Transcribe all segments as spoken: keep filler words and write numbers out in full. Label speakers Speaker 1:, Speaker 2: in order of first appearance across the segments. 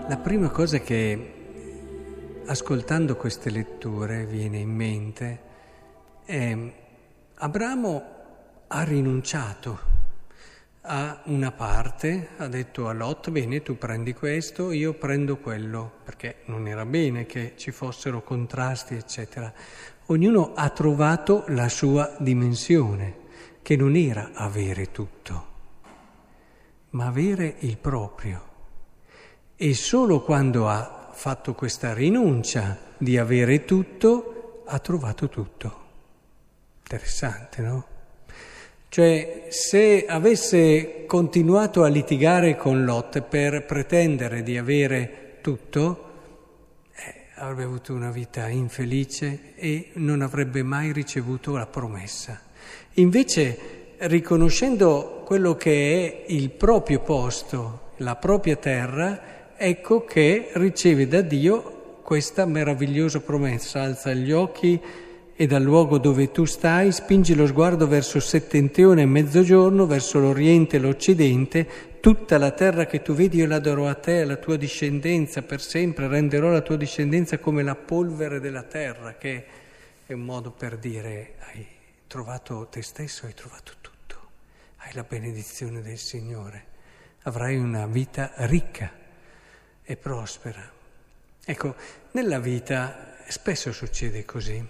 Speaker 1: La prima cosa che, ascoltando queste letture, viene in mente è Abramo ha rinunciato a una parte, ha detto a Lot: bene, tu prendi questo, io prendo quello, perché non era bene che ci fossero contrasti, eccetera. Ognuno ha trovato la sua dimensione, che non era avere tutto, ma avere il proprio. E solo quando ha fatto questa rinuncia di avere tutto, ha trovato tutto. Interessante, no? Cioè, se avesse continuato a litigare con Lot per pretendere di avere tutto, eh, avrebbe avuto una vita infelice e non avrebbe mai ricevuto la promessa. Invece, riconoscendo quello che è il proprio posto, la propria terra, ecco che riceve da Dio questa meravigliosa promessa: alza gli occhi e dal luogo dove tu stai spingi lo sguardo verso settentrione e mezzogiorno, verso l'oriente e l'occidente, tutta la terra che tu vedi io la darò a te e alla tua discendenza per sempre, renderò la tua discendenza come la polvere della terra, che è un modo per dire: hai trovato te stesso, hai trovato tutto, hai la benedizione del Signore, avrai una vita ricca e prospera. Ecco, nella vita spesso succede così.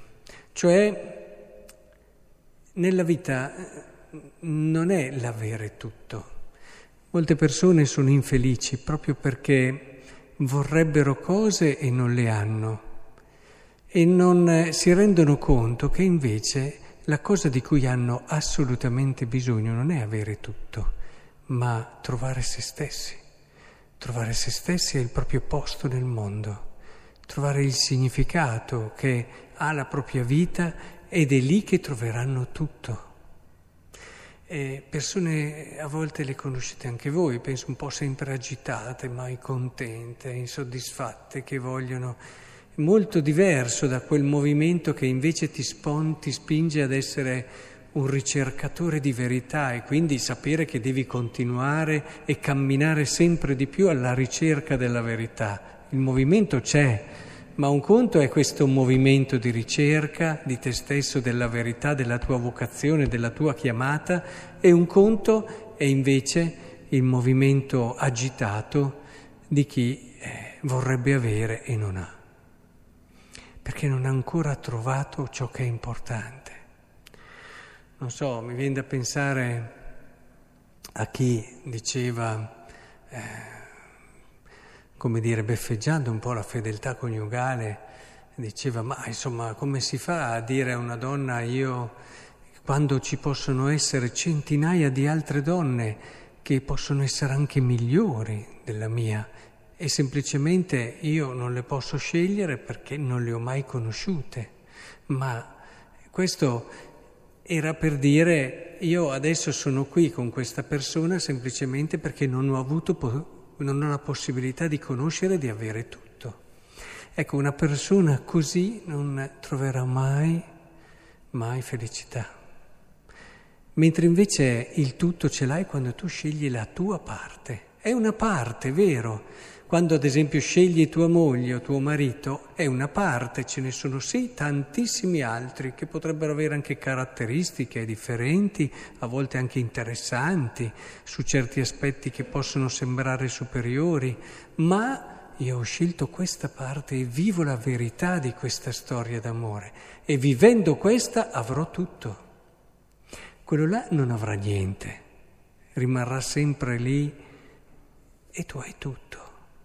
Speaker 1: Cioè, nella vita non è l'avere tutto. Molte persone sono infelici proprio perché vorrebbero cose e non le hanno e non si rendono conto che invece la cosa di cui hanno assolutamente bisogno non è avere tutto, ma trovare se stessi. Trovare se stessi è il proprio posto nel mondo. Trovare il significato che ha la propria vita, ed è lì che troveranno tutto. E persone, a volte le conoscete anche voi, penso un po' sempre agitate, mai contente, insoddisfatte, che vogliono molto diverso da quel movimento che invece ti, spon, ti spinge ad essere un ricercatore di verità e quindi sapere che devi continuare e camminare sempre di più alla ricerca della verità. Il movimento c'è, ma un conto è questo movimento di ricerca di te stesso, della verità, della tua vocazione, della tua chiamata, e un conto è invece il movimento agitato di chi eh, vorrebbe avere e non ha, perché non ha ancora trovato ciò che è importante. Non so, mi viene da pensare a chi diceva... Eh, come dire, beffeggiando un po' la fedeltà coniugale, diceva: ma insomma, come si fa a dire a una donna io, quando ci possono essere centinaia di altre donne che possono essere anche migliori della mia, e semplicemente io non le posso scegliere perché non le ho mai conosciute. Ma questo era per dire: io adesso sono qui con questa persona semplicemente perché non ho avuto po- non ho la possibilità di conoscere e di avere tutto. Ecco, una persona così non troverà mai, mai felicità. Mentre invece il tutto ce l'hai quando tu scegli la tua parte. È una parte, vero? Quando ad esempio scegli tua moglie o tuo marito, è una parte, ce ne sono sì tantissimi altri che potrebbero avere anche caratteristiche differenti, a volte anche interessanti, su certi aspetti che possono sembrare superiori, ma io ho scelto questa parte e vivo la verità di questa storia d'amore, e vivendo questa avrò tutto. Quello là non avrà niente, rimarrà sempre lì e tu hai tutto.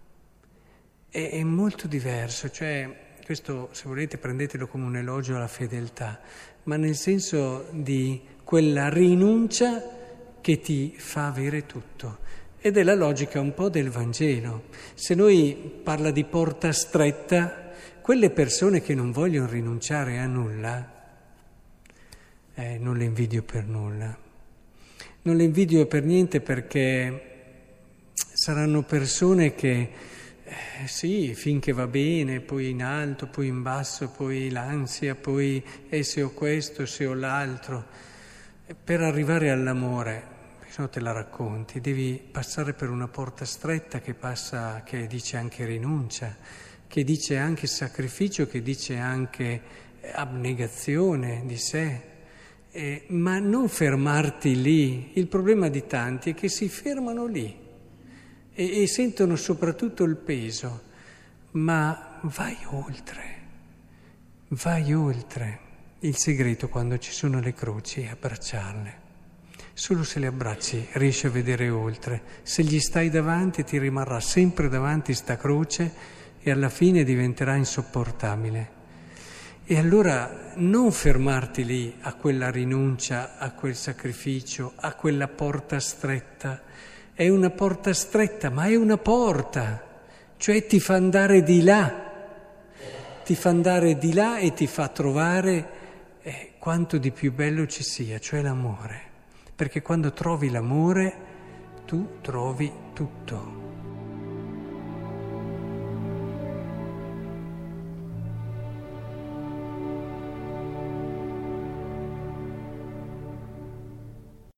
Speaker 1: È molto diverso, cioè questo, se volete, prendetelo come un elogio alla fedeltà, ma nel senso di quella rinuncia che ti fa avere tutto. Ed è la logica un po' del Vangelo. Se noi parla di porta stretta, quelle persone che non vogliono rinunciare a nulla, eh, non le invidio per nulla. Non le invidio per niente, perché saranno persone che Eh, sì, finché va bene, poi in alto, poi in basso, poi l'ansia, poi e se ho questo, se ho l'altro. Per arrivare all'amore, se no te la racconti, devi passare per una porta stretta che passa, che dice anche rinuncia, che dice anche sacrificio, che dice anche abnegazione di sé, eh, ma non fermarti lì. Il problema di tanti è che si fermano lì e, e sentono soprattutto il peso, ma vai oltre, vai oltre. Il segreto quando ci sono le croci è abbracciarle. Solo se le abbracci riesci a vedere oltre. Se gli stai davanti ti rimarrà sempre davanti sta croce e alla fine diventerà insopportabile. E allora non fermarti lì a quella rinuncia, a quel sacrificio, a quella porta stretta. È una porta stretta, ma è una porta, cioè ti fa andare di là, ti fa andare di là e ti fa trovare eh, quanto di più bello ci sia, cioè l'amore. Perché quando trovi l'amore tu trovi tutto.